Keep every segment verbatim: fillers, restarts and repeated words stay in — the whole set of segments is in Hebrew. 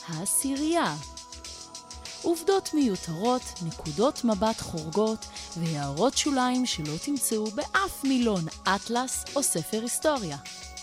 העשירייה. עובדות מיותרות, נקודות מבט חורגות והערות שוליים שלא תמצאו באף מילון אטלס או ספר היסטוריה.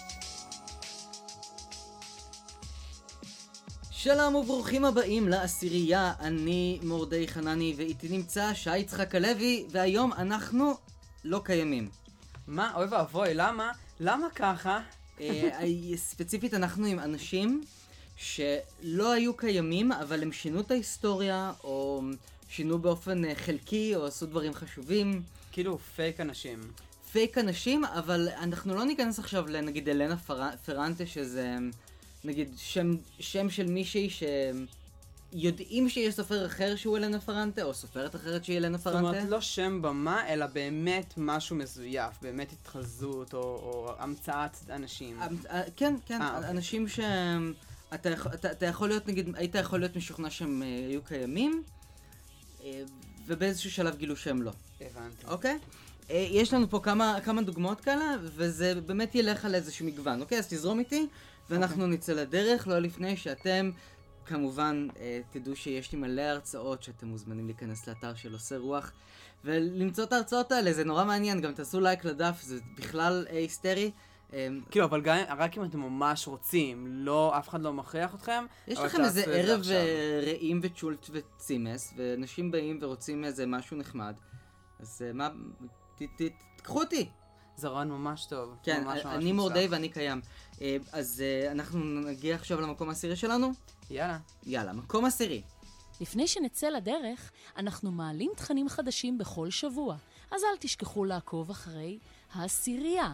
שלום וברוכים הבאים לעשירייה, אני מורדי חנני ואיתי נמצא שי יצחק הלוי, והיום אנחנו לא קיימים. מה? אוי ואבוי, למה? למה ככה? ספציפית אנחנו עם אנשים שלא היו קיימים, אבל הם שינו את ההיסטוריה, או שינו באופן חלקי, או עשו דברים חשובים. כאילו פייק אנשים. פייק אנשים, אבל אנחנו לא ניכנס עכשיו לנגיד אלנה פר... פרנטה, שזה נגיד שם, שם של מישהי שיודעים שיש סופר אחר שהוא אלנה פרנטה, או סופרת אחרת שהיא אלנה פרנטה. זאת אומרת, לא שם במה, אלא באמת משהו מזויף, באמת התחזות, או, או המצאת אנשים. כן, כן, 아, אוקיי. אנשים ש... אתה, אתה, אתה יכול להיות, נגיד, היית יכול להיות משוכנע שהם uh, היו קיימים, uh, ובאיזשהו שלב גילו שהם לא. הבנתי. אוקיי? Uh, יש לנו פה כמה, כמה דוגמאות כאלה, וזה באמת ילך על איזשהו מגוון. אוקיי? אז תזרום איתי, ואנחנו okay. נצא לדרך, לא לפני שאתם, כמובן, uh, תדעו שיש לי מלא הרצאות שאתם מוזמנים להיכנס לאתר של עושה רוח, ולמצוא את ההרצאות האלה, זה נורא מעניין, גם תעשו לייק לדף, זה בכלל uh, היסטרי. כאילו, אבל גם, רק אם אתם ממש רוצים, לא, אף אחד לא מכריח אתכם. יש לכם איזה ערב רעים וצ'ולט וצימס, ואנשים באים ורוצים איזה משהו נחמד, אז מה, תקחו אותי. זה רעיון ממש טוב. כן, אני מורדי ואני קיים. אז אנחנו נגיע עכשיו למקום העשירי שלנו? יאללה. יאללה, מקום עשירי. לפני שנצא לדרך, אנחנו מעלים תכנים חדשים בכל שבוע, אז אל תשכחו לעקוב אחרי העשירייה.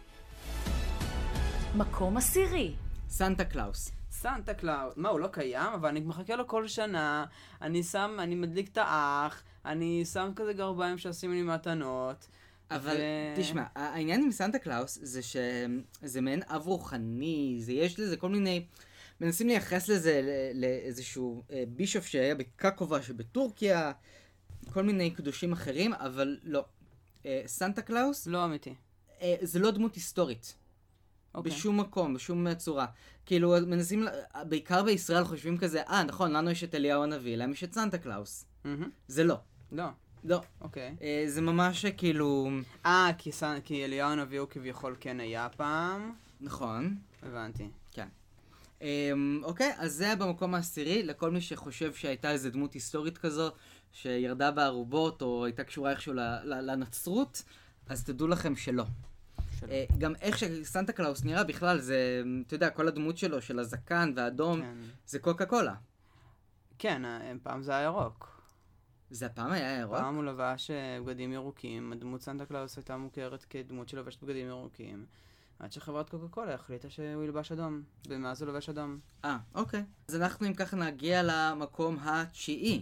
מקום עשירי. סנטה קלאוס. סנטה קלאוס. מה, הוא לא קיים? אבל אני מחכה לו כל שנה. אני שם, אני מדליק את האח. אני שם כזה גרביים שעושים לי מתנות. אבל ו... תשמע, העניין עם סנטה קלאוס זה שזה מעין אב רוחני. זה יש לזה כל מיני... מנסים לייחס לזה לאיזשהו בישוף שהיה בקקובה שבטורקיה. כל מיני קדושים אחרים, אבל לא. סנטה קלאוס... לא אמיתי. זה לא דמות היסטורית. Okay. בשום מקום, בשום צורה. כאילו, מנסים, בעיקר בישראל חושבים כזה, אה, נכון, לנו יש את אליהו הנביא, להם יש את סנטה קלאוס. Mm-hmm. זה לא. לא. לא. אוקיי. Okay. Uh, זה ממש כאילו... אה, כי, סנ... כי אליהו הנביא הוא כביכול כן היה פעם. נכון. הבנתי. כן. אוקיי, um, okay, אז זה במקום העשירי, לכל מי שחושב שהייתה איזו דמות היסטורית כזו, שירדה בערובות, או הייתה קשורה איכשהו לנצרות, אז תדעו לכם שלא. גם איך שסנטה קלאוס נראה בכלל, זה, אתה יודע, כל הדמות שלו, של הזקן והאדום, כן. זה קוקה קולה. כן, פעם זה היה ירוק. זה הפעם היה ירוק? פעם הוא לבש בגדים ירוקים, הדמות סנטה קלאוס הייתה מוכרת כדמות שלובשת בגדים ירוקים, עד שחברת קוקה קולה החליטה שהוא ילבש אדום, ומאז הוא לובש אדום. אה, אוקיי. אז אנחנו אם ככה נגיע למקום התשיעי.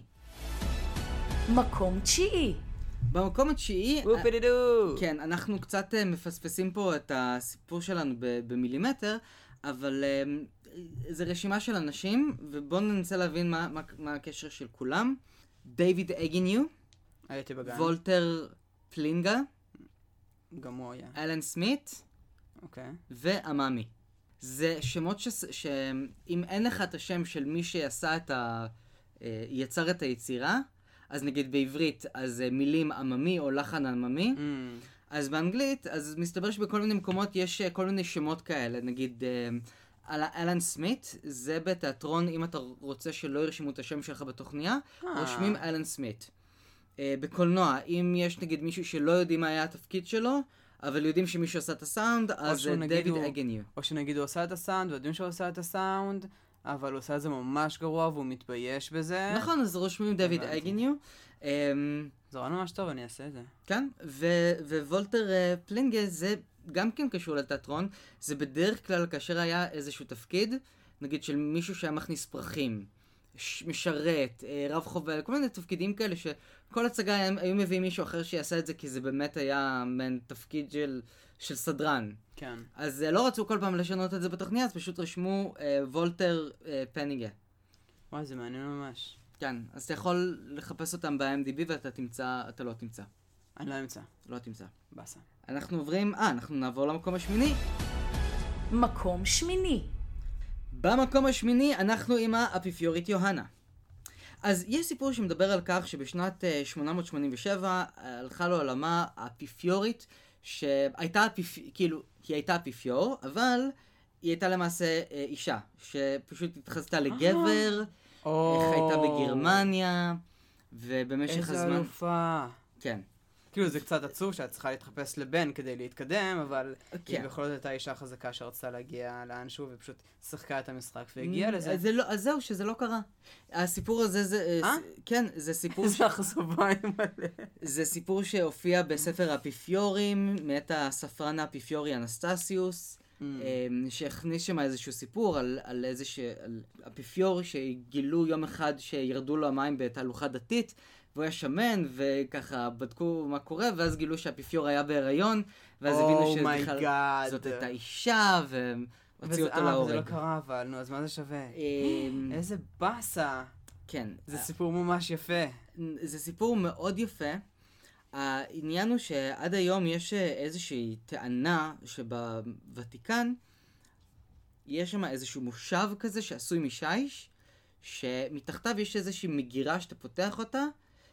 מקום תשיעי. במקום התשיעי, וופדידו! כן, אנחנו קצת uh, מפספסים פה את הסיפור שלנו ב- במילימטר, אבל uh, זה רשימה של אנשים, ובואו ננסה להבין מה, מה, מה הקשר של כולם. דיוויד אגיניו, הייתי בגן. וולטר פלינגה, גם הוא היה. אלן סמית, אוקיי. ואממי. זה שמות ש... שאם אין לך את השם של מי שעשה את ה... יצר את היצירה, אז נגיד בעברית, אז uh, מילים עממי או לחן עממי, mm. אז באנגלית, אז מסתבר שבכל מיני מקומות יש uh, כל מיני שמות כאלה, נגיד uh, אלן סמית, זה בתיאטרון, אם אתה רוצה שלא ירשמו את השם שלך בתוכניה, ah. רושמים אלן סמית. Uh, בקולנוע, אם יש נגיד מישהו שלא יודעים מה היה התפקיד שלו, אבל יודעים שמישהו עשה את הסאונד, אז דיוויד אגניו. או שנגיד הוא עשה את הסאונד, ויודעים שהוא עשה את הסאונד, אבל הוא עושה את זה ממש גרוע והוא מתבייש בזה. נכון, אז רושמים דיוויד אגניו. זה רעיון ממש טוב, אני אעשה את זה. כן, ווולטר פלינגה זה גם כן קשור לתיאטרון, זה בדרך כלל כאשר היה איזשהו תפקיד, נגיד של מישהו שהיה מכניס פרחים, משרת, רב חובל, כל מיני תפקידים כאלה שכל הצגה היו מביאים מישהו אחר שיעשה את זה, כי זה באמת היה מן תפקיד של, של סדרן. כן. אז לא רצו כל פעם לשנות את זה בתוכניה, אז פשוט רשמו אה, וולטר אה, פניגה. וואי, זה מעניין ממש. כן, אז אתה יכול לחפש אותם ב-אם די בי ואתה תמצא, אתה לא תמצא. אני לא אמצא. לא תמצא. בסה. אנחנו עוברים, אה, אנחנו נעבור למקום השמיני. מקום שמיני. במקום השמיני אנחנו עם האפיפיורית יוהנה. אז יש סיפור שמדבר על כך שבשנת uh, שמונה מאות שמונים ושבע uh, הלכה לעולמה האפיפיורית שהייתה אפיפ... כאילו, היא הייתה אפיפיור, אבל היא הייתה למעשה uh, אישה, שפשוט התחזתה לגבר, Oh. חייתה בגרמניה, ובמשך איזה הזמן... אלופה. כן. כאילו זה קצת עצוב שאת צריכה להתחפש לבן כדי להתקדם, אבל כן. היא בכל זאת הייתה אישה חזקה שרצתה להגיע לאנשהו ופשוט שיחקה את המשחק והגיעה לזה. אז, זה לא, אז זהו, שזה לא קרה. הסיפור הזה זה... אה? כן, זה סיפור... איזה אכזבה עם מלא. זה סיפור שהופיע בספר האפיפיורים, מאת הספרן האפיפיורי אנסטסיוס, Mm. שהכניס שם איזשהו סיפור על, על איזשהו על אפיפיור שגילו יום אחד שירדו לו המים בתהלוכה דתית, והוא היה שמן, וככה בדקו מה קורה, ואז גילו שהאפיפיור היה בהיריון, ואז הבינו שבכלל זאת הייתה אישה, והוציאו אותו להורג. וזה לא קרה אבל, נו, אז מה זה שווה? איזה באסה. כן. זה סיפור ממש יפה. זה סיפור מאוד יפה. העניין הוא שעד היום יש איזושהי טענה שבוותיקן יש שם איזשהו מושב כזה שעשוי משיש, שמתחתיו יש איזושהי מגירה שאתה פותח אותה,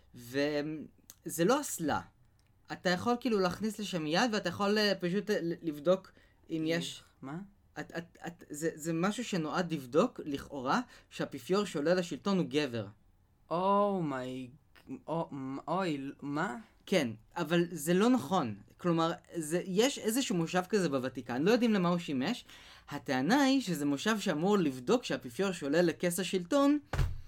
וזה לא אסלה. אתה יכול כאילו להכניס לשם יד, ואתה יכול פשוט לבדוק אם יש... מה? את, את, את, זה, זה משהו שנועד לבדוק, לכאורה, שהאפיפיור שעולה לשלטון הוא גבר. אומיי... אוי, מה? כן, אבל זה לא נכון. כלומר, זה, יש איזשהו מושב כזה בוותיקן, לא יודעים למה הוא שימש. הטענה היא שזה מושב שאמור לבדוק שהאפיפיור שעולה לכס השלטון,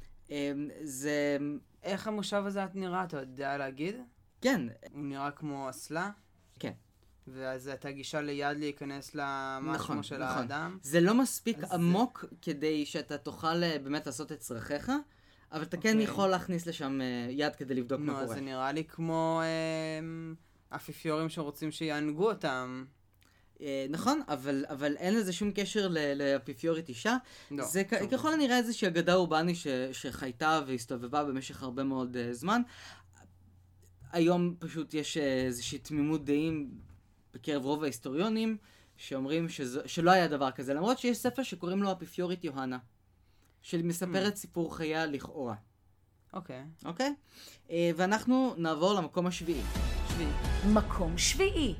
זה... איך המושב הזה את נראה? אתה יודע להגיד? כן. הוא נראה כמו אסלה? כן. ואז הייתה גישה ליד להיכנס למשהו נכון, של נכון. האדם? זה לא מספיק אז עמוק זה... כדי שאתה תוכל באמת לעשות את צרכיך, אבל אתה כן אוקיי. יכול להכניס לשם יד כדי לבדוק מה נו, קורה. אז זה נראה לי כמו אה, אפיפיורים שרוצים שיענגו אותם. אה, נכון, אבל, אבל אין לזה שום קשר ל- לאפיפיורית אישה. לא. זה כ- ככל הנראה איזושהי אגדה אורבני ש- שחייתה והסתובבה במשך הרבה מאוד uh, זמן. היום פשוט יש uh, איזושהי תמימות דעים בקרב רוב ההיסטוריונים שאומרים שזו, שלא היה דבר כזה, למרות שיש ספר שקוראים לו אפיפיורית יוהנה, שמספרת Hmm. סיפור חייה לכאורה. אוקיי. אוקיי? Uh, ואנחנו נעבור למקום השביעי. שבי. מקום שביעי.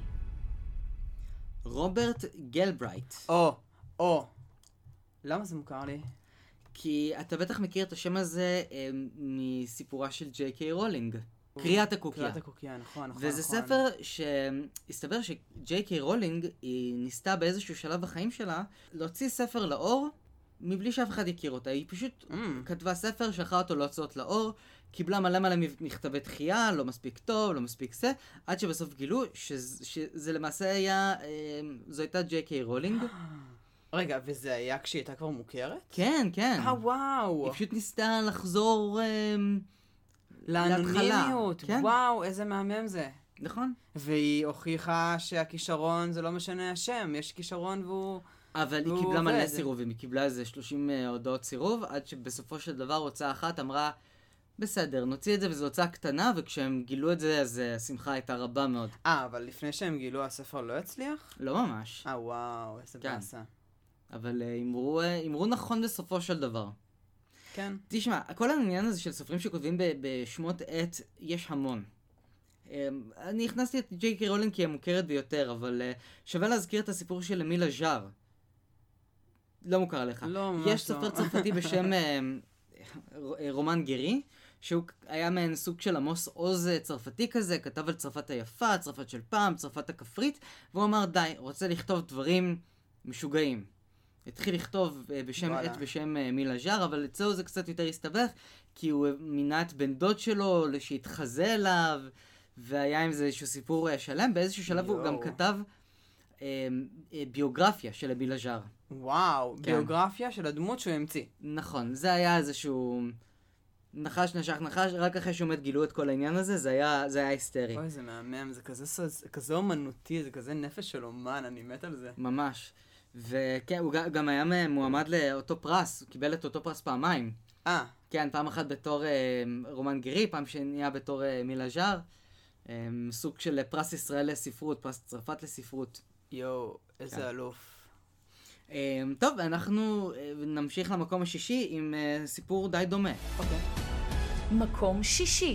רוברט גלברייט. או, או. למה זה מוכר לי? כי אתה בטח מכיר את השם הזה אה, מסיפורה של ג'יי קיי רולינג. קריאת הקוקייה. קריאת הקוקייה, נכון, נכון. וזה נכון. ספר שהסתבר שג'יי קיי רולינג היא ניסתה באיזשהו שלב בחיים שלה להוציא ספר לאור מבלי שאף אחד יכיר אותה. היא פשוט Mm. כתבה ספר, שלחה אותו להוצאות לאור, קיבלה מלא מלא מכתבי דחייה, לא מספיק טוב, לא מספיק זה, עד שבסוף גילו שזה, שזה למעשה היה, אה, זו הייתה ג'יי קיי רולינג. רגע, וזה היה כשהיא הייתה כבר מוכרת? כן, כן. אה, וואו. היא פשוט ניסתה לחזור אה, לאנונימיות. כן. וואו, איזה מהמם זה. נכון. והיא הוכיחה שהכישרון זה לא משנה השם, יש כישרון והוא... אבל היא והוא קיבלה מלא עובד. סירובים, היא קיבלה איזה שלושים uh, הודעות סירוב, עד שבסופו של דבר הוצאה אחת אמרה, בסדר, נוציא את זה וזו הוצאה קטנה, וכשהם גילו את זה, אז uh, השמחה הייתה רבה מאוד. אה, אבל לפני שהם גילו הספר לא הצליח? לא ממש, אה, וואו, איזה כן. באסה. אבל uh, אמרו, uh, אמרו נכון בסופו של דבר. כן. תשמע, כל העניין הזה של סופרים שכותבים ב- בשמות עת, יש המון. Um, אני הכנסתי את ג'יי קיי רולינג כי היא מוכרת ביותר, אבל uh, שווה להזכיר את הסיפור של אמילה ז'אר. לא מוכר לך. לא, ממש יש לא. סופר צרפתי בשם אה, רומן גרי, שהוא היה מעין סוג של עמוס עוז צרפתי כזה, כתב על צרפת היפה, צרפת של פעם, צרפת הכפרית, והוא אמר, די, רוצה לכתוב דברים משוגעים. התחיל לכתוב אה, בשם וואלה. עת בשם אה, מילה ז'אר, אבל אצלו זה קצת יותר הסתבך, כי הוא מינה את בן דוד שלו שהתחזה אליו, והיה עם זה איזשהו סיפור אה, שלם. באיזשהו שלב הוא יואו. גם כתב אה, אה, ביוגרפיה של אמילה ז'אר. וואו, כן. ביוגרפיה של הדמות שהוא המציא. נכון, זה היה איזשהו נחש נשך נחש, רק אחרי שהוא מת גילו את כל העניין הזה, זה היה, זה היה היסטרי. אוי, זה מהמם, זה כזה, זה כזה אומנותי, זה כזה נפש של אומן, אני מת על זה. ממש. וכן, הוא ג- גם היה מועמד לאותו פרס, הוא קיבל את אותו פרס פעמיים. אה, כן, פעם אחת בתור אה, רומן גרי, פעם שנייה בתור אה, מילה ז'אר. אה, סוג של פרס ישראל לספרות, פרס צרפת לספרות. יואו, איזה כן. אלוף. טוב, אנחנו נמשיך למקום השישי עם סיפור די דומה. אוקיי. מקום שישי.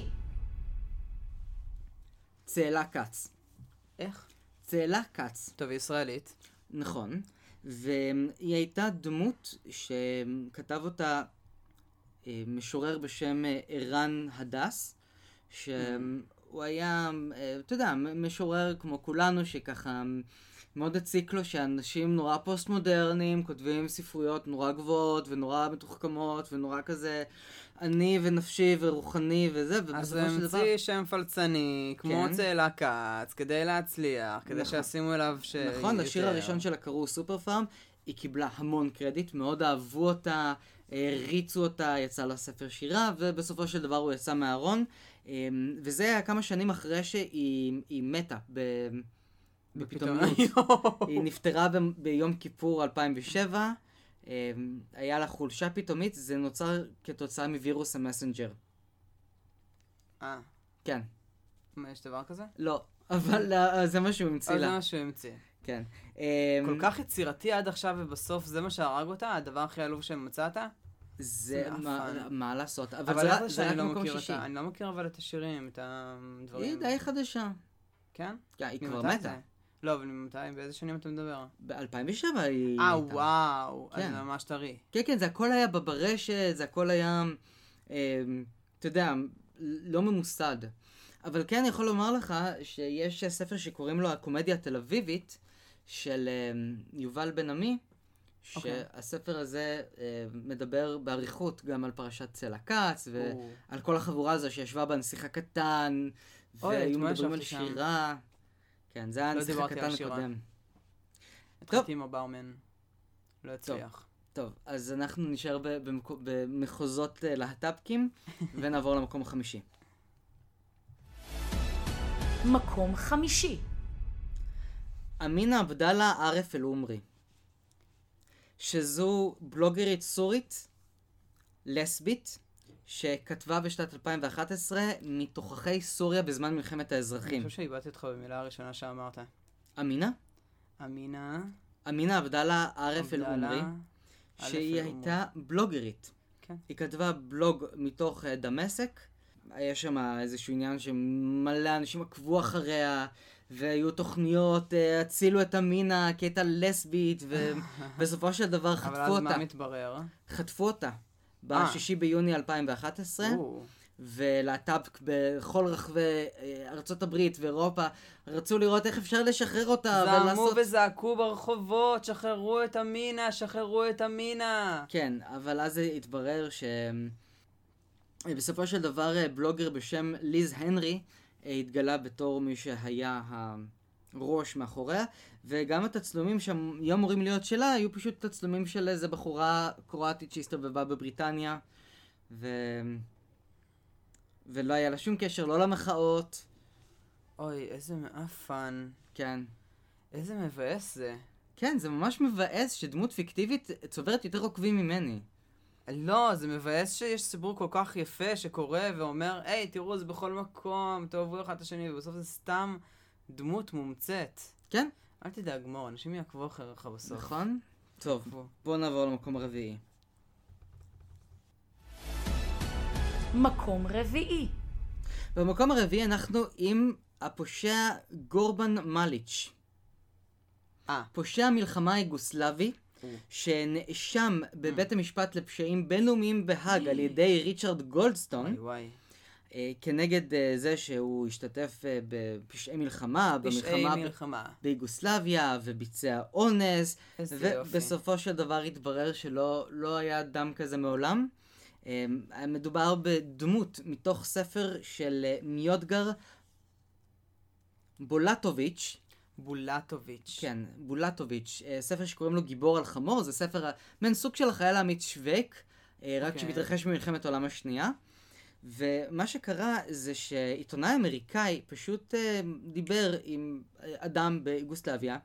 צאלה כץ. איך? צאלה כץ. טוב, היא ישראלית. נכון. והיא הייתה דמות שכתב אותה משורר בשם ערן הדס, שהוא היה, אתה יודע, משורר כמו כולנו, שככה מאוד הציק לו שאנשים נורא פוסט-מודרניים כותבים ספרויות נורא גבוהות ונורא מתוחכמות ונורא כזה עני ונפשי ורוחני וזה, ובסופו של דבר... אז הוא המציא שם פלצני, כמו כן. צאלה כץ, כדי להצליח, כדי נכון. שישימו אליו ש... נכון, השיר הראשון שלה קראו סופר פארם, היא קיבלה המון קרדיט, מאוד אהבו אותה, ריצו אותה, יצא לה ספר שירה, ובסופו של דבר הוא יצא מהארון, וזה היה כמה שנים אחרי שהיא מתה ב... בפתאומיות. היא נפטרה ב... ביום כיפור אלפיים ושבע, היה לה חולשה פתאומית, זה נוצר כתוצאה מווירוס המסנג'ר. אה. כן. מה, יש דבר כזה? לא, אבל זה מה שהוא המציא לה. זה מה שהוא המציא. כן. כל כך יצירתי עד עכשיו ובסוף זה מה שהרג אותה? הדבר הכי עלוב שמצאת? זה מה לעשות, אבל זה רק מקום שישי. אני לא מכיר אבל את השירים, את הדברים. היא די חדשה. כן? היא כבר מתה. לא, אבל ממתי? באיזה שנים אתה מדבר? ב-אלפיים ושבע היא... אה, וואו. אז זה ממש טרי. כן, כן, זה הכל היה ברשת, זה הכל היה, אתה יודע, לא ממוסד. אבל כן, אני יכול לומר לך שיש ספר שקוראים לו הקומדיה התל אביבית, של יובל בן עמי, שהספר הזה מדבר בעריכות גם על פרשת צאלה כץ, ועל כל החבורה הזו שישבה בנסיך הקטן, והיו מדברים על שירה. כן, זה היה הנסיך הקטן הקודם. התחלתי עם הברמן, לא הצליח. טוב, אז אנחנו נשאר במחוזות להט"בקים, ונעבור למקום החמישי. מקום חמישי. אמינה עבדאללה ערף אל-עומרי, שזו בלוגרית סורית, לסבית, שכתבה בשנת אלפיים ואחת עשרה מתוככי סוריה בזמן מלחמת האזרחים. אני חושב שאיבדתי אותך במילה הראשונה שאמרת. אמינה? אמינה? אמינה עבדאללה ערף אל-עומרי, שהיא הייתה בלוגרית. כן. היא כתבה בלוג מתוך דמשק, היה שם איזשהו עניין שמלא אנשים עקבו אחריה, והיו תוכניות, הצילו את אמינה כי הייתה לסבית, ובסופו של דבר חטפו אותה. אבל אז מה מתברר? חטפו אותה. בשישי ביוני אלפיים ואחת עשרה, ולהט"ב בכל רחבי ארצות הברית ואירופה רצו לראות איך אפשר לשחרר אותה. זעמו וזעקו ברחובות, שחררו את אמינה, שחררו את אמינה. כן, אבל אז התברר שבסופו של דבר בלוגר בשם ליז הנרי התגלה בתור מי שהיה הראש מאחוריה, וגם התצלומים שהיו אמורים להיות שלה היו פשוט תצלומים של איזה בחורה קרואטית שהסתובבה בבריטניה, ו... ולא היה לה שום קשר, לא למחאות. אוי, איזה מאפן. כן. איזה מבאס זה. כן, זה ממש מבאס שדמות פיקטיבית צוברת יותר עוקבים ממני. לא, זה מבאס שיש סיפור כל כך יפה שקורה ואומר, היי, תראו, זה בכל מקום, תאהבו אחד את השני, ובסוף זה סתם דמות מומצאת. כן. אל תדאג, מור, אנשים יעקבו אחריך בסוף. נכון? טוב, בואו נעבור למקום הרביעי. מקום רביעי. במקום הרביעי אנחנו עם הפושע גורבן מליץ'. אה. פושע מלחמה יוגוסלבי, שנאשם בבית המשפט לפשעים בינלאומיים בהאג על ידי ריצ'רד גולדסטון. וואי וואי. כנגד זה שהוא השתתף בפשעי מלחמה, פשעי מלחמה ביוגוסלביה, וביצע אונס, ובסופו של דבר התברר שלא לא היה דם כזה מעולם. מדובר בדמות מתוך ספר של מיודגר בולטוביץ'. בולטוביץ'. כן, בולטוביץ'. ספר שקוראים לו גיבור על חמור, זה ספר, מן סוג של החייל האמיץ שווק, רק שמתרחש במלחמת העולם השנייה. ומה שקרה זה שעיתונאי אמריקאי פשוט uh, דיבר עם אדם ביוגוסלביה,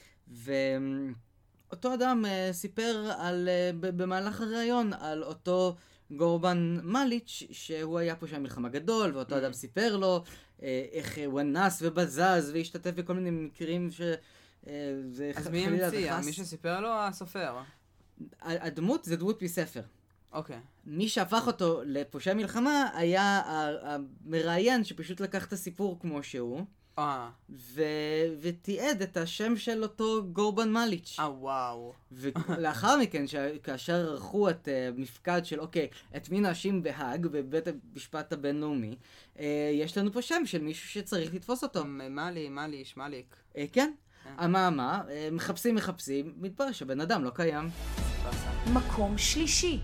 ואותו אדם uh, סיפר על, uh, במהלך הראיון על אותו גורבן מליץ' שהוא היה פושע מלחמה גדול, ואותו mm. אדם סיפר לו uh, איך הוא אנס ובזז והשתתף בכל מיני מקרים ש... אה, זה אז ח- מי חלילה המציא? וחס. מי שסיפר לו או הסופר? הדמות זה דמות מספר. אוקיי. מי שהפך אותו לפושע מלחמה היה ה- המראיין שפשוט לקח את הסיפור כמו שהוא, אה, ו... ותיעד את השם של אותו גורבן מליץ'. אה וואו. ולאחר מכן, ש... כאשר ערכו את uh, מפקד של אוקיי, את מי נאשים בהאג בבית המשפט הבינלאומי, uh, יש לנו פה שם של מישהו שצריך לתפוס אותו. מ- מלי, מלי, שמליק. Uh, כן, כן. אממה, מה, uh, מחפשים מחפשים, מתברר שבן אדם לא קיים. באסה. מקום שלישי.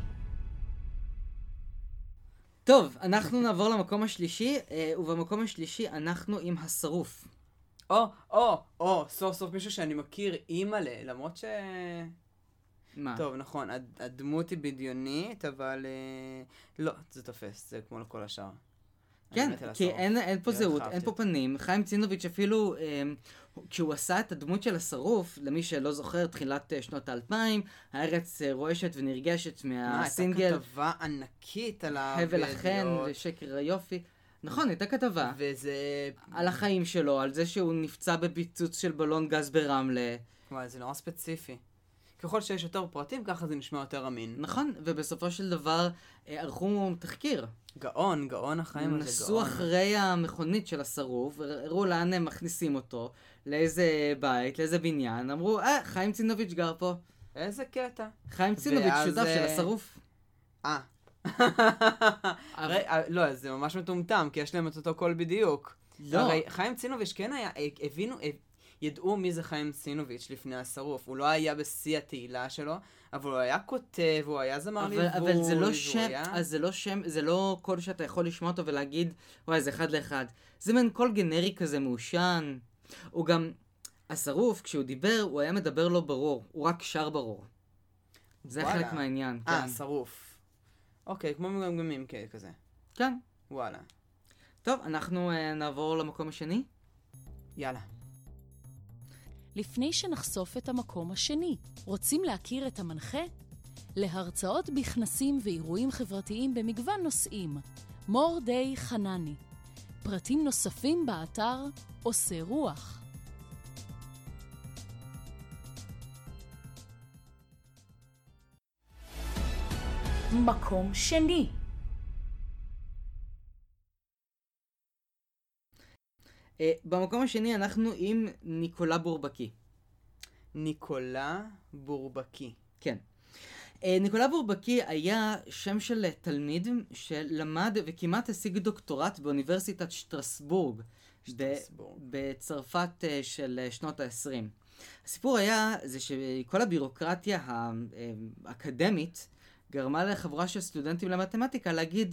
טוב, אנחנו נעבור למקום השלישי, uh, ובמקום השלישי אנחנו עם השרוף. או, או, או, סוף סוף מישהו שאני מכיר, אימא'לה, למרות ש... מה? טוב, נכון, הד- הדמות היא בדיונית, אבל אה, לא, זה תופס, זה כמו לכל השאר. כן, אני מת על כי השרוף. אין, אין פה מאוד זהות, אהבתי אין פה אותו. פנים. חיים צינוביץ' אפילו, אה, כשהוא עשה את הדמות של השרוף, למי שלא זוכר, תחילת אה, שנות האלפיים, הארץ אה, רועשת ונרגשת מה, מהסינגל, הייתה כתבה ענקית על הבל החן הבדיעות, ושקר היופי. נכון, הייתה כתבה. וזה... על החיים שלו, על זה שהוא נפצע בפיצוץ של בלון גז ברמלה. וואי, זה נורא ספציפי. ככל שיש יותר פרטים, ככה זה נשמע יותר אמין. נכון, ובסופו של דבר אה, ערכו תחקיר. גאון, גאון החיים הזה, נסו גאון. אחרי המכונית של השרוף, הראו לאן הם מכניסים אותו, לאיזה בית, לאיזה בניין, אמרו, אה, חיים צינוביץ' גר פה. איזה קטע. חיים צינוביץ' ואז, שותף של אה, השרוף. אה. הרי, אה, לא, זה ממש מטומטם, כי יש להם את אותו קול בדיוק. לא. הרי חיים צינוביץ' כן היה, אה, הבינו, אה, ידעו מי זה חיים צינוביץ' לפני השרוף. הוא לא היה בשיא התהילה שלו, אבל הוא היה כותב, הוא היה זמר אבל, ליווי, אבל זה לא והוא שם, היה... אז זה לא שם, זה לא קול שאתה יכול לשמוע אותו ולהגיד, וואי, זה אחד לאחד. זה מין קול גנרי כזה מעושן. הוא גם, השרוף, כשהוא דיבר, הוא היה מדבר לא ברור, הוא רק שר ברור. זה וואלה. חלק מהעניין, אה, כן. שרוף. אוקיי, כמו מגמגמים כ- כזה. כן. וואלה. טוב, אנחנו uh, נעבור למקום השני. יאללה. לפני שנחשוף את המקום השני, רוצים להכיר את המנחה? להרצאות בכנסים ואירועים חברתיים במגוון נושאים, מורדי חנני. פרטים נוספים באתר עושה רוח. מקום שני. Uh, במקום השני אנחנו עם ניקולה בורבקי. ניקולה בורבקי. כן. אה, ניקולה בורבקי היה שם של תלמיד שלמד וכמעט השיג דוקטורט באוניברסיטת שטרסבורג, שטרסבורג. ב- בצרפת אה, של אה, שנות ה-עשרים. הסיפור היה זה שכל הבירוקרטיה האקדמית גרמה לחבורה של סטודנטים למתמטיקה להגיד,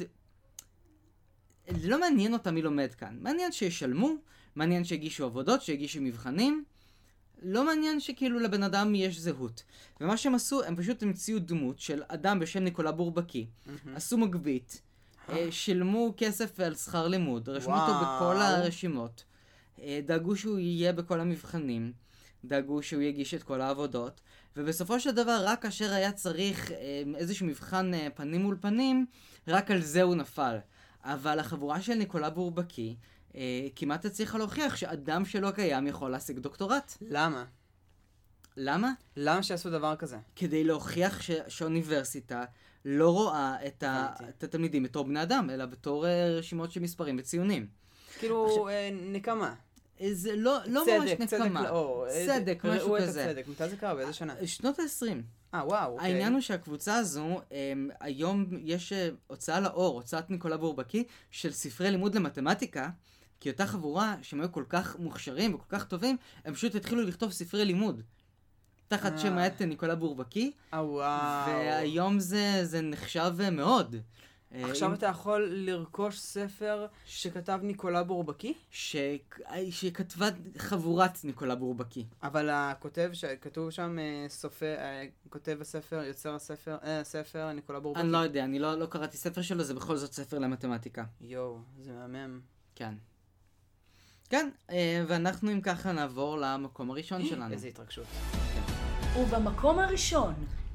לא מעניין אותם מי לומד כאן, מעניין שישלמו, מעניין שיגישו עבודות, שיגישו מבחנים, לא מעניין שכאילו לבן אדם יש זהות. ומה שהם עשו, הם פשוט המציאו דמות של אדם בשם ניקולה בורבקי. עשו מגבית, אה, שילמו כסף על שכר לימוד, רשמו אותו וואו. בכל הרשימות, אה, דאגו שהוא יהיה בכל המבחנים, דאגו שהוא יגיש את כל העבודות, ובסופו של דבר, רק כאשר היה צריך אה, איזשהו מבחן אה, פנים מול פנים, רק על זה הוא נפל. אבל החבורה של ניקולה בורבקי, אה, כמעט הצליחה להוכיח שאדם שלא קיים יכול להשיג דוקטורט. למה? למה? למה שעשו דבר כזה? כדי להוכיח ש... שהאוניברסיטה לא רואה את, ה... הבנתי. את התלמידים בתור בני אדם, אלא בתור אה, רשימות של מספרים וציונים. כאילו, עכשיו- אה, נקמה. אה, זה לא, לא ממש צדק, צדק, נקמה. לא, איזה- צדק, משהו ראו את כזה. הצדק. מתי זה קרה? באיזה שנה? שנות ה-עשרים. אה, וואו, אוקיי. העניין הוא שהקבוצה הזו, הם, היום יש אה, הוצאה לאור, הוצאת ניקולה בורבקי, של ספרי לימוד למתמטיקה, כי אותה חבורה שהם היו כל כך מוכשרים וכל כך טובים, הם פשוט התחילו לכתוב ספרי לימוד. תחת אה. שם העט ניקולה בורבקי, אה, וואו. והיום זה, זה נחשב אה, מאוד. אה, עכשיו אם- אתה יכול לרכוש ספר שכתב ניקולה בורבקי? ש... שכתבה חבורת ניקולה בורבקי. אבל הכותב שכתוב שם, אה, סופר, אה, כותב הספר, יוצר הספר, אה, הספר, ניקולה בורבקי. אני לא יודע, אני לא, לא קראתי ספר שלו, זה בכל זאת ספר למתמטיקה. יואו, זה מהמם. כן. כן, אה, ואנחנו אם ככה נעבור למקום הראשון שלנו. איזה התרגשות. ובמקום הראשון,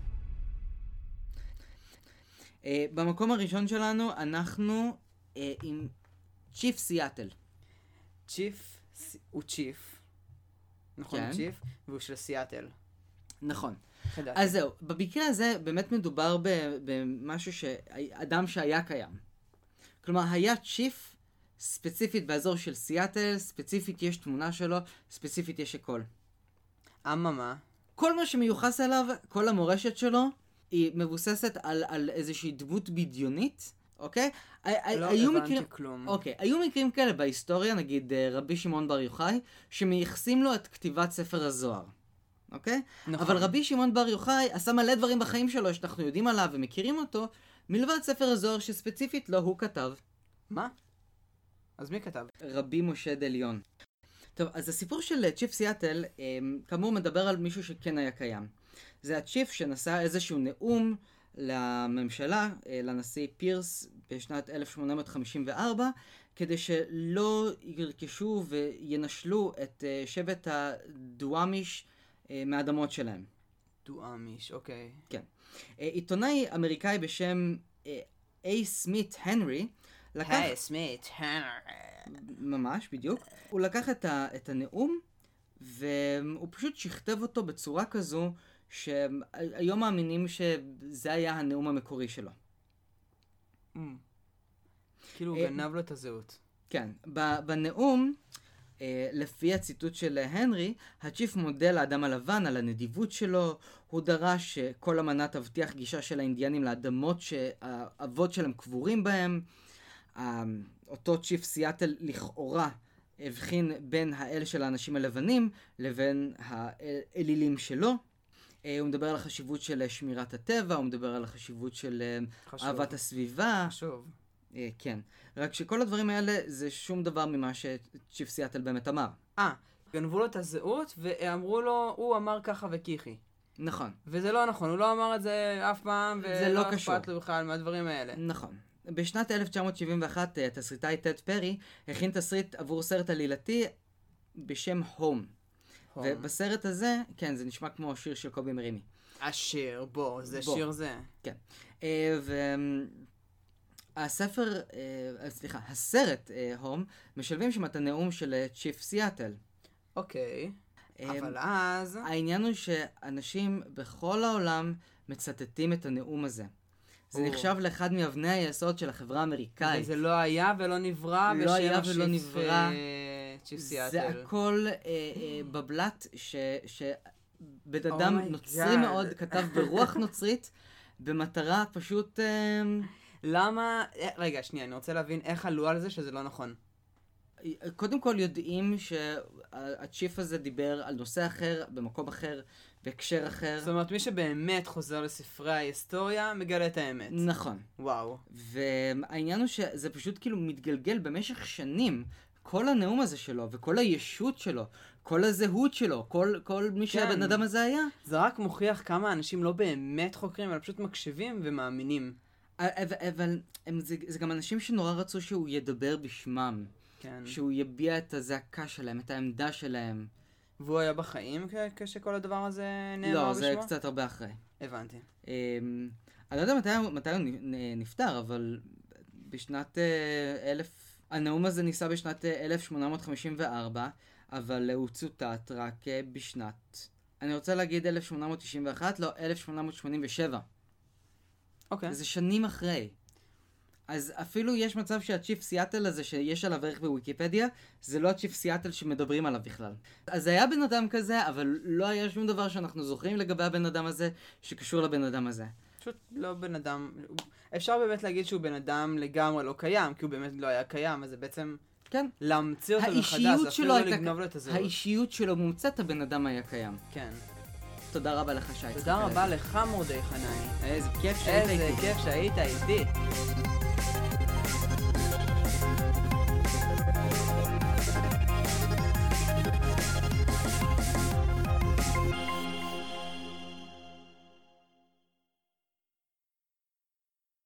אה, במקום הראשון שלנו אנחנו אה, עם צ'יף סיאטל. צ'יף ס- הוא צ'יף, נכון, כן. צ'יף, והוא של סיאטל. נכון. ידעתי. אז זהו, במקרה הזה באמת מדובר ב- במשהו ש... אדם שהיה קיים. כלומר, היה צ'יף ספציפית באזור של סיאטל, ספציפית יש תמונה שלו, ספציפית יש הכל. אממה, כל מה שמיוחס אליו, כל המורשת שלו, היא מבוססת על, על איזושהי דמות בדיונית, אוקיי? לא היו הבנתי מקרים... כלום. אוקיי, היו מקרים כאלה בהיסטוריה, נגיד אה, רבי שמעון בר יוחאי, שמייחסים לו את כתיבת ספר הזוהר, אוקיי? נכון. אבל רבי שמעון בר יוחאי עשה מלא דברים בחיים שלו שאנחנו יודעים עליו ומכירים אותו, מלבד ספר הזוהר שספציפית לא הוא כתב. מה? אז מי כתב? רבי משה דליון. טוב, אז הסיפור של צ'יף סיאטל, כאמור מדבר על מישהו שכן היה קיים. זה הצ'יף שנשא איזשהו נאום לממשלה, לנשיא פירס בשנת אלף שמונה מאות חמישים וארבע, כדי שלא ירכשו וינשלו את שבט הדואמיש מהאדמות שלהם. דואמיש, אוקיי. כן. עיתונאי אמריקאי בשם איי סמית הנרי, לקח... היי, סמית, ממש, בדיוק. הוא לקח את, ה, את הנאום, והוא פשוט שכתב אותו בצורה כזו, שהיום מאמינים שזה היה הנאום המקורי שלו. כאילו הוא גנב לו את הזהות. כן. בנאום, לפי הציטוט של הנרי, הצ'יף מודה לאדם הלבן על הנדיבות שלו, הוא דרש שכל אמנה תבטיח גישה של האינדיאנים לאדמות שהאבות שלהם קבורים בהם. אותו צ'יף סיאטל לכאורה הבחין בין האל של האנשים הלבנים לבין האלילים שלו. הוא מדבר על החשיבות של שמירת הטבע, הוא מדבר על החשיבות של חשוב. אהבת הסביבה. חשוב. כן. רק שכל הדברים האלה זה שום דבר ממה שצ'יף סיאטל באמת אמר. אה, גנבו לו את הזהות ואמרו לו, הוא אמר ככה וכיחי. נכון. וזה לא נכון, הוא לא אמר את זה אף פעם, ולא לא אכפת לו בכלל מהדברים האלה. נכון. בשנת אלף תשע מאות שבעים ואחת, תסריטאי טד פרי הכין תסריט עבור סרט עלילתי בשם הום. ובסרט הזה, כן, זה נשמע כמו שיר של קובי מרימי. השיר, בוא, זה בוא. שיר זה. כן. והספר, סליחה, הסרט הום, משלבים שם את הנאום של צ'יף סיאטל. אוקיי. אבל אז... העניין הוא שאנשים בכל העולם מצטטים את הנאום הזה. זה נחשב לאחד מאבני היסוד של החברה האמריקאית. וזה לא היה ולא נברא לא היה ולא נברא. צ'יף סיאטל. זה הכל אה, אה, בבלט ש, שבן אדם Oh my נוצרי God. מאוד כתב ברוח נוצרית, במטרה פשוט... אה, למה... רגע, שנייה, אני רוצה להבין איך עלו על זה שזה לא נכון. קודם כל יודעים שהצ'יף הזה דיבר על נושא אחר, במקום אחר, בהקשר אחר. זאת אומרת, מי שבאמת חוזר לספרי ההיסטוריה, מגלה את האמת. נכון. וואו. והעניין הוא שזה פשוט כאילו מתגלגל במשך שנים, כל הנאום הזה שלו, וכל הישות שלו, כל הזהות שלו, כל, כל מי כן. שהבן אדם הזה היה. זה רק מוכיח כמה אנשים לא באמת חוקרים, אלא פשוט מקשיבים ומאמינים. אבל, אבל הם, זה, זה גם אנשים שנורא רצו שהוא ידבר בשמם. כן. שהוא יביע את הזעקה שלהם, את העמדה שלהם. והוא היה בחיים כ- כשכל הדבר הזה נאמר לא, בשמו? זה קצת הרבה אחרי. הבנתי. Um, אני לא יודע מתי, מתי הוא נ- נפטר, אבל בשנת uh, אלף... הנאום הזה ניסה בשנת uh, אלף שמונה מאות חמישים וארבע, אבל uh, הוא צוטט רק uh, בשנת... אני רוצה להגיד אלף שמונה מאות תשעים ואחת, לא, אלף שמונה מאות שמונים ושבע. אוקיי. זה שנים אחרי. אז אפילו יש מצב שהצ'יף סיאטל הזה שיש עליו ערך בוויקיפדיה, זה לא הצ'יף סיאטל שמדברים עליו בכלל. אז היה בן אדם כזה, אבל לא היה שום דבר שאנחנו זוכרים לגבי הבן אדם הזה, שקשור לבן אדם הזה. פשוט לא בן אדם... אפשר באמת להגיד שהוא בן אדם לגמרי לא קיים, כי הוא באמת לא היה קיים, אז זה בעצם... כן. להמציא אותו מחדש, האישיות אפילו שלו לא הייתה... לגנוב לו את הזהות. האישיות שלו מומצאת, הבן אדם היה קיים. כן. תודה רבה לך, שי. תודה רבה לך, מורדי חנני. איזה כיף שהיית איתי. איזה כיף שהיית איתי.